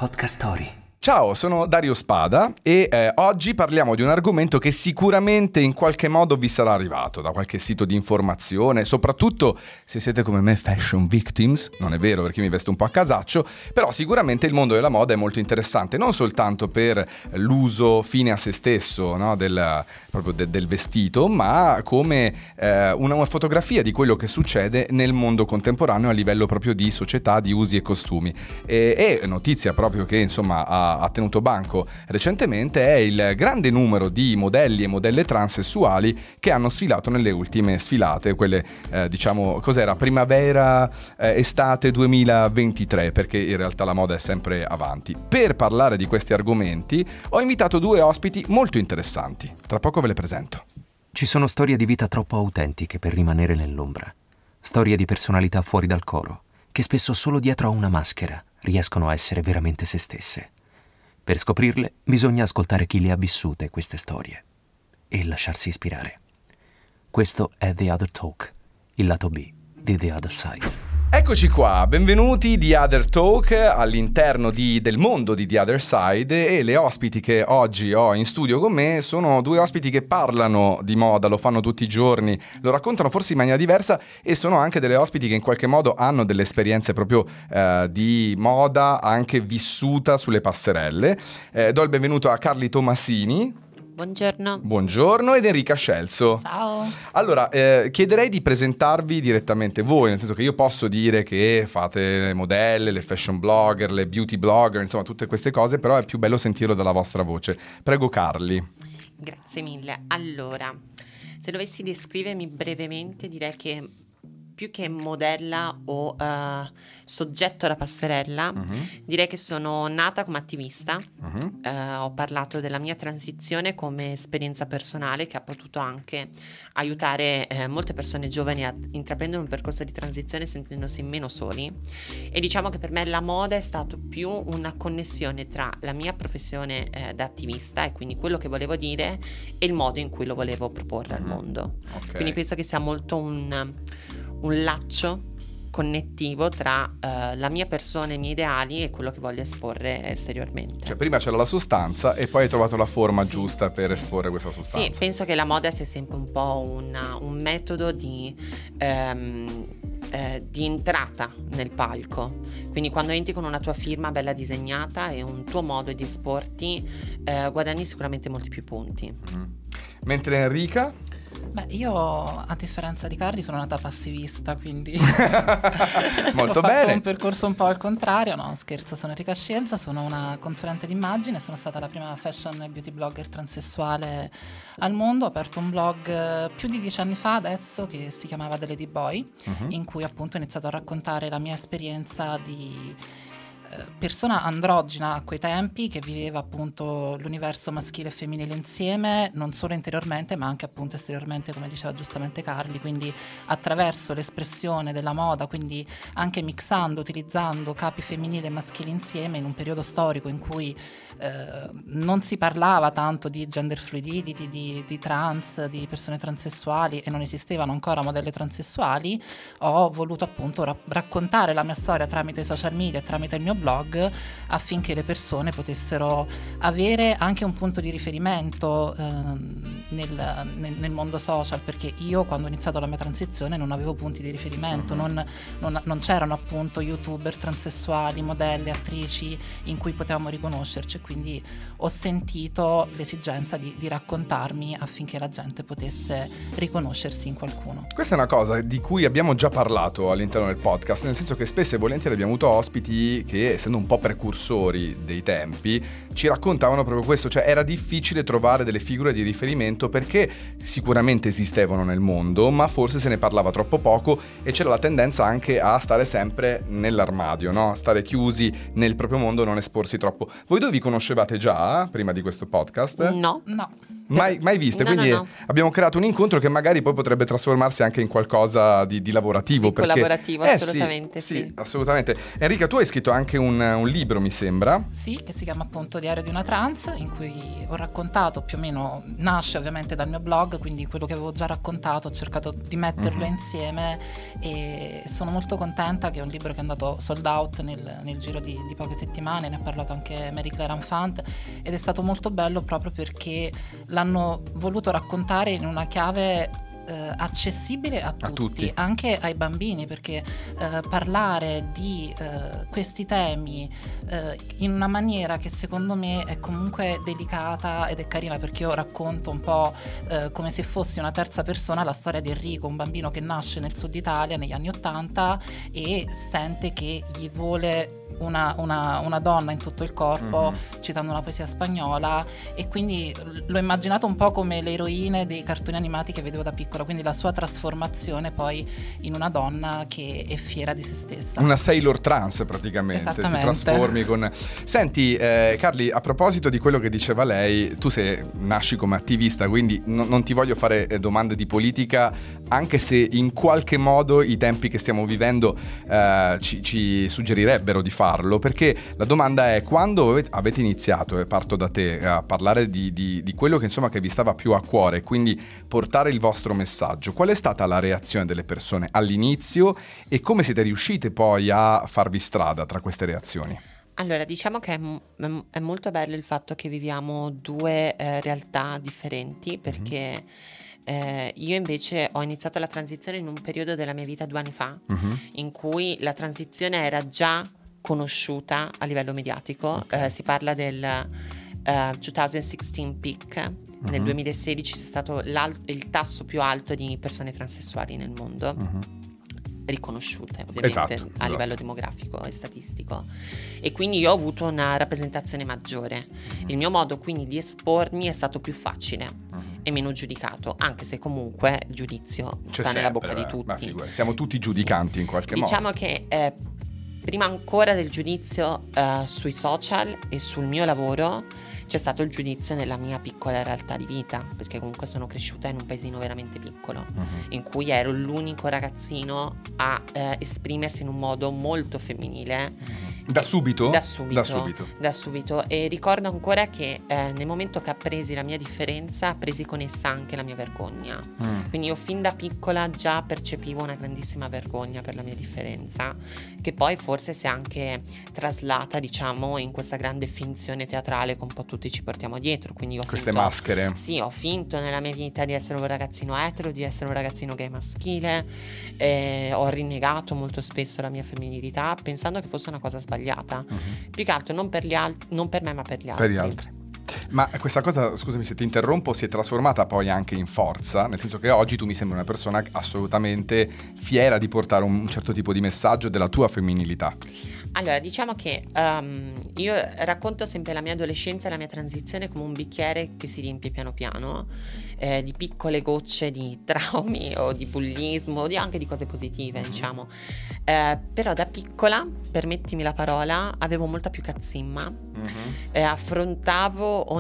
Podcast Story. Ciao, sono Dario Spada e oggi parliamo di un argomento che sicuramente in qualche modo vi sarà arrivato da qualche sito di informazione, soprattutto se siete come me fashion victims. Non è vero, perché mi vesto un po' a casaccio, però sicuramente il mondo della moda è molto interessante, non soltanto per l'uso fine a se stesso, no, del vestito, ma come una fotografia di quello che succede nel mondo contemporaneo a livello proprio di società, di usi e costumi. E notizia proprio che insomma ha tenuto banco recentemente è il grande numero di modelli e modelle transessuali che hanno sfilato nelle ultime sfilate, quelle diciamo cos'era, primavera estate 2023, perché in realtà la moda è sempre avanti. Per parlare di questi argomenti ho invitato due ospiti molto interessanti, tra poco ve le presento. Ci sono storie di vita troppo autentiche per rimanere nell'ombra, storie di personalità fuori dal coro, che spesso solo dietro a una maschera riescono a essere veramente se stesse. Per scoprirle bisogna ascoltare chi le ha vissute queste storie e lasciarsi ispirare. Questo è The Other Talk, il lato B di The Other Side. Eccoci qua, benvenuti The Other Talk all'interno del mondo di The Other Side, e le ospiti che oggi ho in studio con me sono due ospiti che parlano di moda, lo fanno tutti i giorni, lo raccontano forse in maniera diversa, e sono anche delle ospiti che in qualche modo hanno delle esperienze proprio di moda anche vissuta sulle passerelle. Do il benvenuto a Carly Tomasini. Buongiorno. Buongiorno, ed Enrica Scelso. Ciao. Allora, chiederei di presentarvi direttamente voi, nel senso che io posso dire che fate le modelle, le fashion blogger, le beauty blogger, insomma tutte queste cose, però è più bello sentirlo dalla vostra voce. Prego Carly. Grazie mille. Allora, se dovessi descrivermi brevemente, direi che più che modella o soggetto alla passerella, direi che sono nata come attivista. Ho parlato della mia transizione come esperienza personale che ha potuto anche aiutare molte persone giovani a intraprendere un percorso di transizione sentendosi meno soli, e diciamo che per me la moda è stato più una connessione tra la mia professione da attivista, e quindi quello che volevo dire, e il modo in cui lo volevo proporre al mondo. Okay. Quindi penso che sia molto un laccio connettivo tra la mia persona, i miei ideali e quello che voglio esporre esteriormente. Cioè prima c'era la sostanza e poi hai trovato la forma giusta per esporre questa sostanza. Sì, penso che la moda sia sempre un po' un metodo di entrata nel palco. Quindi quando entri con una tua firma bella disegnata e un tuo modo di esporti, guadagni sicuramente molti più punti. Mentre Enrica? Beh, io a differenza di Carly sono nata passivista, quindi molto ho bene. fatto un percorso un po' al contrario. No, scherzo, sono Enrica Scelsa, sono una consulente d'immagine, sono stata la prima fashion e beauty blogger transessuale al mondo. Ho aperto un blog più di 10 anni fa adesso, che si chiamava The Lady Boy, in cui appunto ho iniziato a raccontare la mia esperienza di persona androgina a quei tempi, che viveva appunto l'universo maschile e femminile insieme, non solo interiormente ma anche appunto esteriormente, come diceva giustamente Carly, quindi attraverso l'espressione della moda, quindi anche mixando, utilizzando capi femminili e maschili insieme in un periodo storico in cui non si parlava tanto di gender fluidity, di trans, di persone transessuali, e non esistevano ancora modelle transessuali. Ho voluto appunto raccontare la mia storia tramite i social media e tramite il mio blog, affinché le persone potessero avere anche un punto di riferimento nel mondo social, perché io quando ho iniziato la mia transizione non avevo punti di riferimento, non c'erano appunto youtuber transessuali, modelle, attrici in cui potevamo riconoscerci, quindi ho sentito l'esigenza di raccontarmi affinché la gente potesse riconoscersi in qualcuno. Questa è una cosa di cui abbiamo già parlato all'interno del podcast, nel senso che spesso e volentieri abbiamo avuto ospiti che, essendo un po' precursori dei tempi, ci raccontavano proprio questo, cioè era difficile trovare delle figure di riferimento perché sicuramente esistevano nel mondo, ma forse se ne parlava troppo poco e c'era la tendenza anche a stare sempre nell'armadio, no? A stare chiusi nel proprio mondo, non esporsi troppo. Voi due vi conoscevate già prima di questo podcast? No. Mai viste, No, quindi no. abbiamo creato un incontro che magari poi potrebbe trasformarsi anche in qualcosa di lavorativo. Di collaborativo, assolutamente, sì. Assolutamente. Enrica, tu hai scritto anche un libro, mi sembra. Sì, che si chiama appunto Diario di una trans, in cui ho raccontato più o meno, nasce ovviamente dal mio blog, quindi quello che avevo già raccontato ho cercato di metterlo insieme, e sono molto contenta che è un libro che è andato sold out nel giro di poche settimane. Ne ha parlato anche Mary Claire Enfant ed è stato molto bello proprio perché l'hanno voluto raccontare in una chiave accessibile a tutti, anche ai bambini, perché parlare di questi temi in una maniera che secondo me è comunque delicata ed è carina, perché io racconto un po' come se fossi una terza persona la storia di Enrico, un bambino che nasce nel sud Italia negli anni '80 e sente che gli vuole una donna in tutto il corpo, citando una poesia spagnola, e quindi l'ho immaginato un po' come le eroine dei cartoni animati che vedevo da piccola, quindi la sua trasformazione poi in una donna che è fiera di se stessa. Una Sailor trans praticamente. Esattamente. Ti trasformi con... Senti, Carly, a proposito di quello che diceva lei, tu nasci come attivista, quindi non ti voglio fare domande di politica, anche se in qualche modo i tempi che stiamo vivendo ci suggerirebbero di farlo, perché la domanda è: quando avete iniziato, e parto da te, a parlare di quello che insomma che vi stava più a cuore, quindi portare il vostro messaggio, qual è stata la reazione delle persone all'inizio e come siete riuscite poi a farvi strada tra queste reazioni? Allora, diciamo che è molto bello il fatto che viviamo due realtà differenti, perché io invece ho iniziato la transizione in un periodo della mia vita 2 anni fa, in cui la transizione era già conosciuta a livello mediatico. Si parla del 2016 peak. Nel 2016 c'è stato il tasso più alto di persone transessuali nel mondo, riconosciute ovviamente a livello demografico e statistico, e quindi io ho avuto una rappresentazione maggiore. Il mio modo quindi di espormi è stato più facile e meno giudicato, anche se comunque il giudizio sta nella bocca di tutti. Siamo tutti giudicanti in qualche modo. Diciamo che prima ancora del giudizio sui social e sul mio lavoro c'è stato il giudizio nella mia piccola realtà di vita, perché comunque sono cresciuta in un paesino veramente piccolo, in cui ero l'unico ragazzino a esprimersi in un modo molto femminile. Da subito? Da subito. E ricordo ancora che nel momento che appresi la mia differenza, appresi con essa anche la mia vergogna. Quindi io fin da piccola già percepivo una grandissima vergogna per la mia differenza, che poi forse si è anche traslata, diciamo, in questa grande finzione teatrale che un po' tutti ci portiamo dietro. Quindi queste maschere. Sì, ho finto nella mia vita di essere un ragazzino etero, di essere un ragazzino gay maschile, ho rinnegato molto spesso la mia femminilità, pensando che fosse una cosa sbagliata. Più che altro non per me, ma per gli altri. Per gli altri. Ma questa cosa, scusami se ti interrompo, si è trasformata poi anche in forza, nel senso che oggi tu mi sembri una persona assolutamente fiera di portare un certo tipo di messaggio della tua femminilità. Allora, diciamo che io racconto sempre la mia adolescenza e la mia transizione come un bicchiere che si riempie piano piano di piccole gocce di traumi o di bullismo o anche di cose positive, diciamo. Però da piccola, permettimi la parola, avevo molta più cazzimma, affrontavo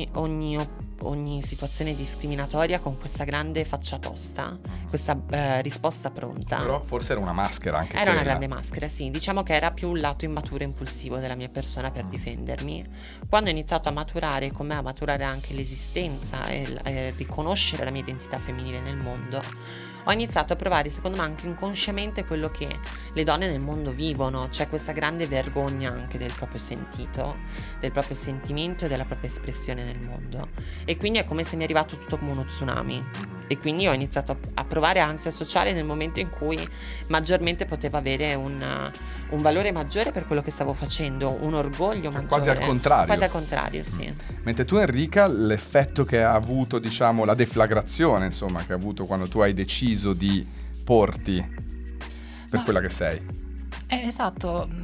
ogni situazione discriminatoria con questa grande faccia tosta, questa risposta pronta. Però forse era una maschera anche Era quella. una grande maschera, sì. Diciamo che era più un lato immaturo e impulsivo della mia persona per difendermi. Quando ho iniziato a maturare, con me a maturare anche l'esistenza e riconoscere la mia identità femminile nel mondo, ho iniziato a provare, secondo me anche inconsciamente, quello che le donne nel mondo vivono, cioè questa grande vergogna anche del proprio sentito, del proprio sentimento e della propria espressione nel mondo. E quindi è come se mi è arrivato tutto come uno tsunami. E quindi ho iniziato a provare ansia sociale nel momento in cui maggiormente potevo avere un valore maggiore per quello che stavo facendo, un orgoglio maggiore. Quasi al contrario. Quasi al contrario, sì. Mentre tu, Enrica, l'effetto che ha avuto, diciamo, la deflagrazione, insomma, che ha avuto quando tu hai deciso di porti per quella che sei. Esatto,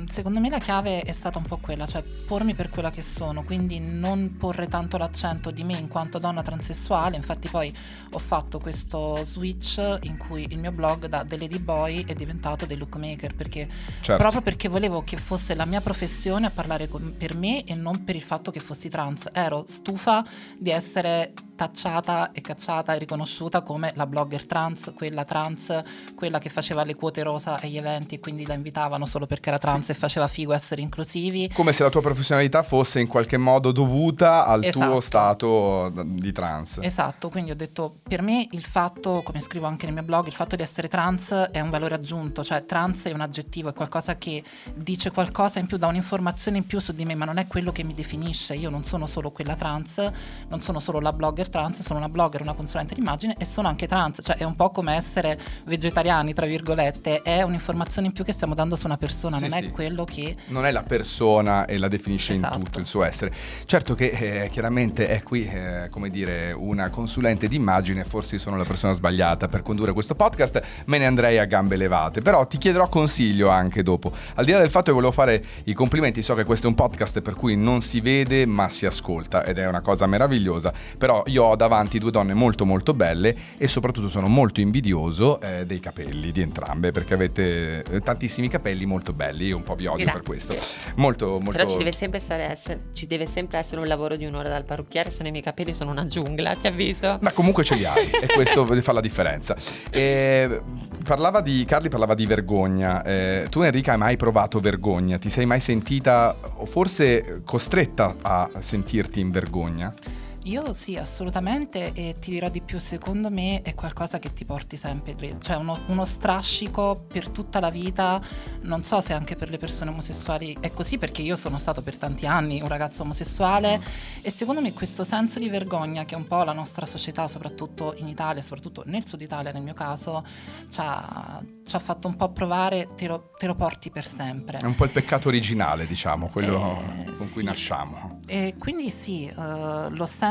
secondo me la chiave è stata un po' quella, cioè pormi per quella che sono, quindi non porre tanto l'accento di me in quanto donna transessuale. Infatti poi ho fatto questo switch in cui il mio blog da The Lady Boy è diventato The Lookmaker, perché proprio perché volevo che fosse la mia professione a parlare per me e non per il fatto che fossi trans. Ero stufa di essere tacciata e cacciata e riconosciuta come la blogger trans, quella che faceva le quote rosa agli eventi e quindi la invitavano solo perché era trans, sì, e faceva figo essere inclusivi, come se la tua professionalità fosse in qualche modo dovuta al esatto, tuo stato di trans. Esatto, quindi ho detto, per me il fatto, come scrivo anche nel mio blog, il fatto di essere trans è un valore aggiunto, cioè trans è un aggettivo, è qualcosa che dice qualcosa in più, dà un'informazione in più su di me, ma non è quello che mi definisce. Io non sono solo quella trans, non sono solo la blogger trans, sono una blogger, una consulente d'immagine e sono anche trans, cioè è un po' come essere vegetariani tra virgolette, è un'informazione in più che stiamo dando su una persona, non è quello che... Non è la persona e la definisce, esatto, in tutto il suo essere. Certo che chiaramente è qui, come dire, una consulente d'immagine, forse sono la persona sbagliata per condurre questo podcast, me ne andrei a gambe levate, però ti chiederò consiglio anche dopo. Al di là del fatto che volevo fare i complimenti, so che questo è un podcast per cui non si vede ma si ascolta ed è una cosa meravigliosa, però io ho davanti due donne molto molto belle e soprattutto sono molto invidioso dei capelli di entrambe, perché avete tantissimi capelli molto belli, io un po' vi odio. Grazie. Per questo molto. Però ci deve sempre essere un lavoro di un'ora dal parrucchiere, se no i miei capelli sono una giungla, ti avviso. Ma comunque ce li hai e questo fa la differenza. Carli parlava di vergogna. Tu, Enrica, hai mai provato vergogna? Ti sei mai sentita o forse costretta a sentirti in vergogna? Io sì, assolutamente, e ti dirò di più, secondo me è qualcosa che ti porti sempre dritto, cioè uno strascico per tutta la vita. Non so se anche per le persone omosessuali è così, perché io sono stato per tanti anni un ragazzo omosessuale e secondo me questo senso di vergogna che un po' la nostra società, soprattutto in Italia, soprattutto nel sud Italia nel mio caso, ci ha fatto un po' provare, te lo porti per sempre. È un po' il peccato originale, diciamo, quello con cui nasciamo. E quindi sì, l'ho sempre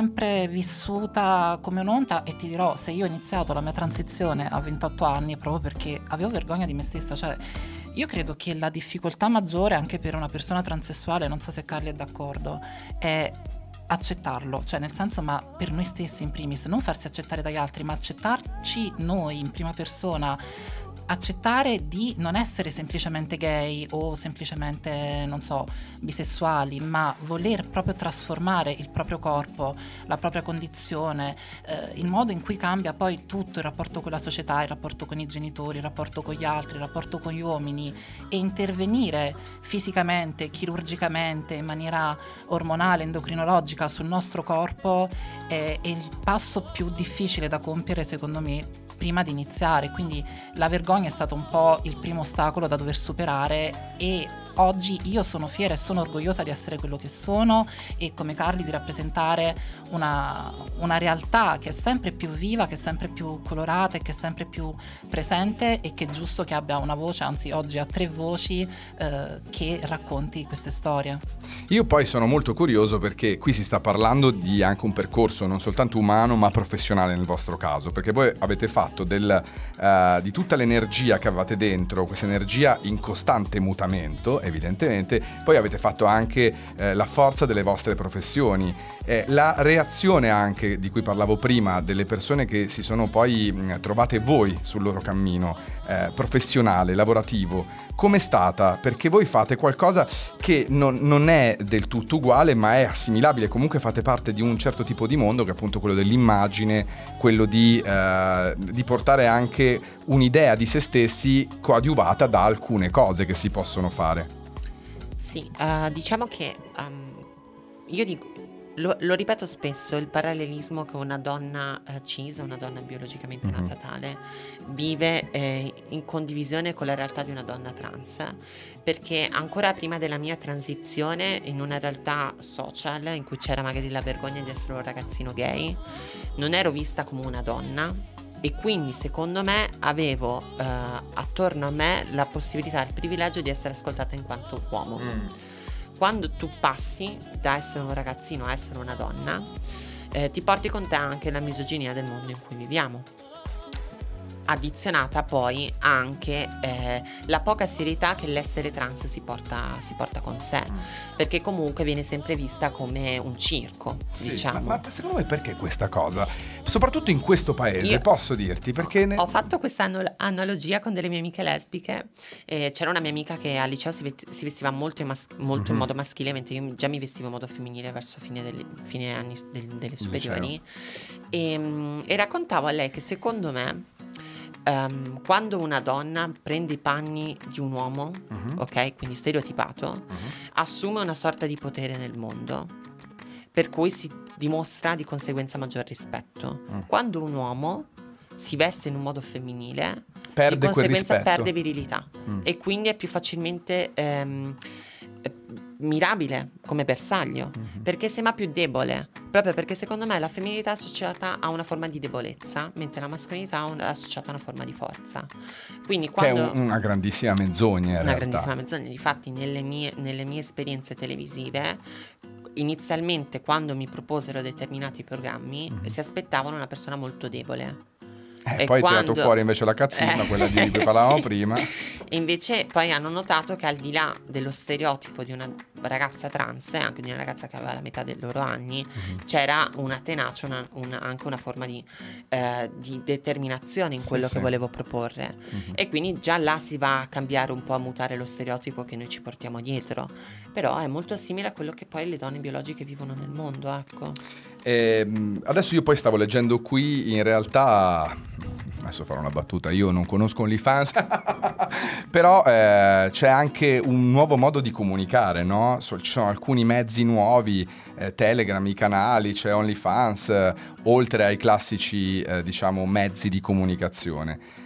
vissuta come un'onta e ti dirò, se io ho iniziato la mia transizione a 28 anni proprio perché avevo vergogna di me stessa, cioè io credo che la difficoltà maggiore anche per una persona transessuale, non so se Carli è d'accordo, è accettarlo, cioè nel senso, ma per noi stessi in primis, non farsi accettare dagli altri, ma accettarci noi in prima persona, accettare di non essere semplicemente gay o semplicemente, non so, bisessuali, ma voler proprio trasformare il proprio corpo, la propria condizione, il modo in cui cambia poi tutto il rapporto con la società, il rapporto con i genitori, il rapporto con gli altri, il rapporto con gli uomini, e intervenire fisicamente, chirurgicamente, in maniera ormonale, endocrinologica sul nostro corpo è il passo più difficile da compiere, secondo me, prima di iniziare. Quindi la vergogna è stato un po' il primo ostacolo da dover superare e oggi io sono fiera e sono orgogliosa di essere quello che sono e come Carli di rappresentare una realtà che è sempre più viva, che è sempre più colorata e che è sempre più presente e che è giusto che abbia una voce, anzi oggi ha 3 voci che racconti queste storie. Io poi sono molto curioso perché qui si sta parlando di anche un percorso non soltanto umano ma professionale nel vostro caso, perché voi avete fatto di tutta l'energia che avevate dentro, questa energia in costante mutamento evidentemente, poi avete fatto anche la forza delle vostre professioni, la reazione anche di cui parlavo prima delle persone che si sono poi trovate voi sul loro cammino professionale, lavorativo, com'è stata? Perché voi fate qualcosa che non è del tutto uguale ma è assimilabile, comunque fate parte di un certo tipo di mondo che è appunto quello dell'immagine, quello di portare anche un'idea di se stessi coadiuvata da alcune cose che si possono fare. Sì, diciamo che io dico, lo ripeto spesso, il parallelismo che una donna cis, una donna biologicamente nata tale, vive in condivisione con la realtà di una donna trans, perché ancora prima della mia transizione in una realtà social in cui c'era magari la vergogna di essere un ragazzino gay, non ero vista come una donna e quindi secondo me avevo attorno a me la possibilità, il privilegio di essere ascoltata in quanto uomo. Quando tu passi da essere un ragazzino a essere una donna, ti porti con te anche la misoginia del mondo in cui viviamo. addizionata poi anche la poca serietà che l'essere trans si porta con sé, perché comunque viene sempre vista come un circo, Sì, diciamo. ma secondo me perché questa cosa? Soprattutto in questo paese, Io- posso dirti, perché Ho fatto questa analogia con delle mie amiche lesbiche. C'era una mia amica che al liceo si vestiva molto, molto in modo maschile, mentre io già mi vestivo in modo femminile verso fine anni delle superiori. E raccontavo a lei che secondo me quando una donna prende i panni di un uomo, ok, quindi stereotipato, assume una sorta di potere nel mondo, per cui si dimostra di conseguenza maggior rispetto. Quando un uomo si veste in un modo femminile, Perde di quel conseguenza rispetto. perde virilità e quindi è più facilmente mirabile come bersaglio, perché sembra più debole, proprio perché secondo me la femminilità è associata a una forma di debolezza, mentre la mascolinità è associata a una forma di forza. Quindi che è quando una grandissima menzogna in una realtà. grandissima menzogna, difatti nelle mie esperienze televisive inizialmente quando mi proposero determinati programmi si aspettavano una persona molto debole. E Poi hai tirato quando- fuori invece la cazzina, quella di cui parlavamo sì. prima. E invece poi hanno notato che al di là dello stereotipo di una ragazza trans e anche di una ragazza che aveva la metà dei loro anni, c'era una tenacia, anche una forma di determinazione in Sì, quello sì. che volevo proporre. E quindi già là si va a cambiare un po', a mutare lo stereotipo che noi ci portiamo dietro. Però è molto simile a quello che poi le donne biologiche vivono nel mondo, ecco. Adesso io poi stavo leggendo qui, in realtà, adesso farò una battuta, io non conosco OnlyFans, però c'è anche un nuovo modo di comunicare, no? Ci sono alcuni mezzi nuovi, Telegram, i canali, c'è OnlyFans, oltre ai classici, diciamo, mezzi di comunicazione.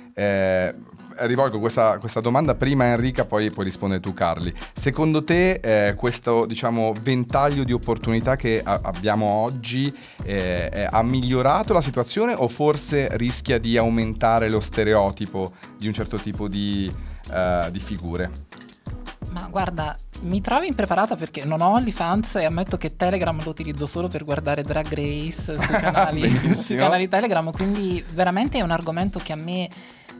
Rivolgo questa domanda prima a Enrica, poi risponde tu, Carli. Secondo te questo, diciamo, ventaglio di opportunità che abbiamo oggi ha migliorato la situazione o forse rischia di aumentare lo stereotipo di un certo tipo di figure? Ma guarda, mi trovi impreparata perché non ho OnlyFans e ammetto che Telegram lo utilizzo solo per guardare Drag Race Benissimo. sui canali Telegram, quindi veramente è un argomento che a me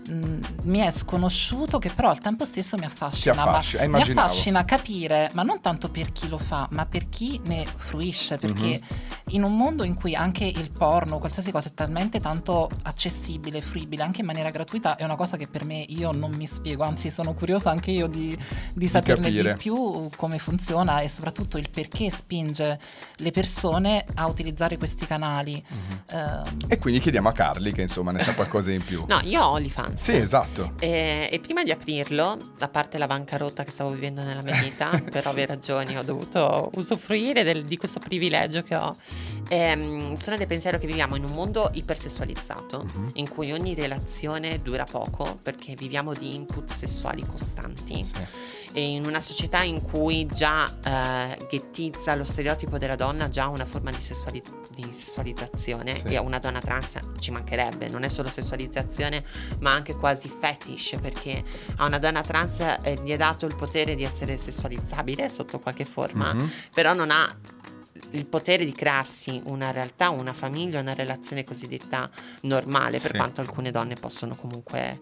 mi è sconosciuto, che però al tempo stesso mi affascina. Ti affascina, mi immaginavo. affascina capire, ma non tanto per chi lo fa, ma per chi ne fruisce, perché in un mondo in cui anche il porno, qualsiasi cosa è talmente tanto accessibile, fruibile, anche in maniera gratuita, è una cosa che per me io non mi spiego, anzi sono curiosa anche io di saperne capire. di più come funziona e soprattutto il perché spinge le persone a utilizzare questi canali. E quindi chiediamo a Carli che insomma ne sa qualcosa in più. No, io ho OnlyFans. Sì, esatto. E prima di aprirlo, a parte la bancarotta che stavo vivendo nella mia vita, per ovvie ragioni ho dovuto usufruire di questo privilegio che ho. Sono del pensiero che viviamo in un mondo ipersessualizzato, in cui ogni relazione dura poco, perché viviamo di input sessuali costanti. Sì. E in una società in cui già ghettizza lo stereotipo della donna, già una forma di sessualizzazione, Sì. e a una donna trans ci mancherebbe, non è solo sessualizzazione ma anche quasi fetish, perché a una donna trans gli è dato il potere di essere sessualizzabile sotto qualche forma, però non ha il potere di crearsi una realtà, una famiglia, una relazione cosiddetta normale, per Sì. quanto alcune donne possono comunque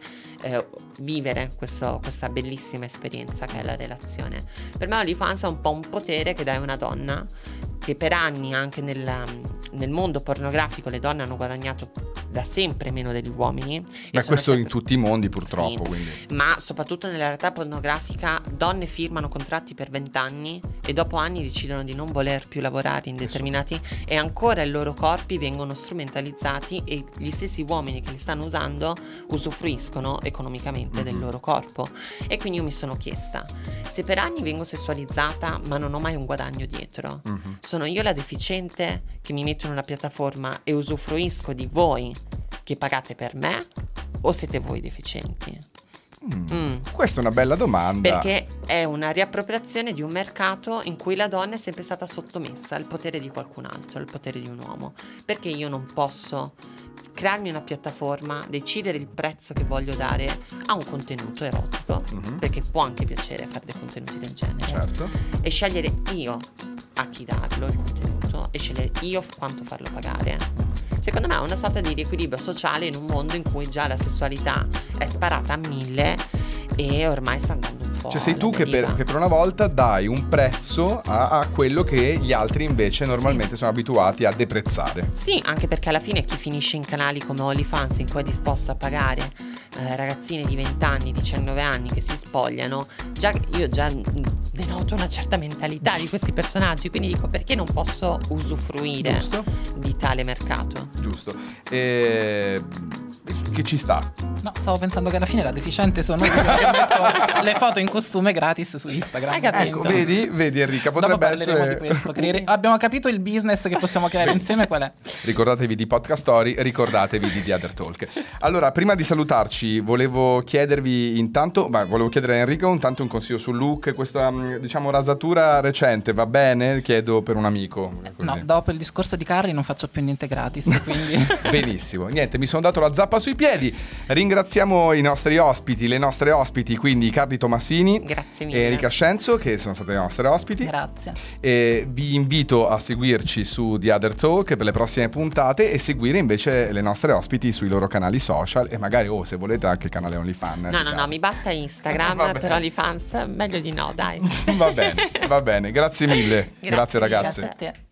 vivere questa bellissima esperienza che è la relazione. Per me OnlyFans è un po' un potere che dai a una donna, che per anni anche nel mondo pornografico le donne hanno guadagnato da sempre meno degli uomini. Ma sono questo in sempre- tutti i mondi purtroppo, Sì, quindi. ma soprattutto nella realtà pornografica donne firmano contratti per 20 anni e dopo anni decidono di non voler più lavorare in determinati, e ancora i loro corpi vengono strumentalizzati e gli stessi uomini che li stanno usando usufruiscono economicamente del loro corpo. E quindi io mi sono chiesta, se per anni vengo sessualizzata ma non ho mai un guadagno dietro, sono io la deficiente che mi metto in una piattaforma e usufruisco di voi che pagate per me, o siete voi deficienti? Questa è una bella domanda. Perché è una riappropriazione di un mercato in cui la donna è sempre stata sottomessa al potere di qualcun altro, al potere di un uomo. Perché io non posso crearmi una piattaforma, decidere il prezzo che voglio dare a un contenuto erotico, perché può anche piacere fare dei contenuti del genere, Certo. e scegliere io a chi darlo il contenuto e scegliere io quanto farlo pagare, secondo me è una sorta di riequilibrio sociale in un mondo in cui già la sessualità è sparata a 1000 e ormai sta andando un po'. Cioè sei tu alla che deriva. per una volta dai un prezzo a quello che gli altri invece normalmente sono abituati a deprezzare. Sì, anche perché alla fine chi finisce in canali come OnlyFans in cui è disposto a pagare ragazzine di 20 anni, 19 anni che si spogliano, io già denoto una certa mentalità di questi personaggi, quindi dico perché non posso usufruire Giusto. di tale mercato? Giusto. Che ci sta. No, stavo pensando che alla fine la deficiente sono io che metto le foto in costume gratis su Instagram. Hai capito? Ecco, vedi Enrica, Dopo potrebbe parleremo essere... di questo. Abbiamo capito il business che possiamo creare insieme qual è. Ricordatevi di Podcast Story, ricordatevi di The Other Talk. Allora, prima di salutarci, volevo chiedere a Enrico intanto un consiglio sul look, questa diciamo rasatura recente, va bene? Chiedo per un amico. Così. No, dopo il discorso di Carri non faccio più niente gratis, quindi... Benissimo, niente, mi sono dato la zappa sui piedi. Ringraziamo i nostri ospiti, le nostre ospiti, quindi Carli Tomassini Grazie mille. e Enrica Scenzo, che sono state le nostre ospiti. Grazie. E vi invito a seguirci su The Other Talk per le prossime puntate e seguire invece le nostre ospiti sui loro canali social e magari, se volete, anche il canale OnlyFans. No, mi basta Instagram, Va bene. per OnlyFans meglio di no, dai. Va bene, grazie mille. Grazie ragazze. Grazie a te.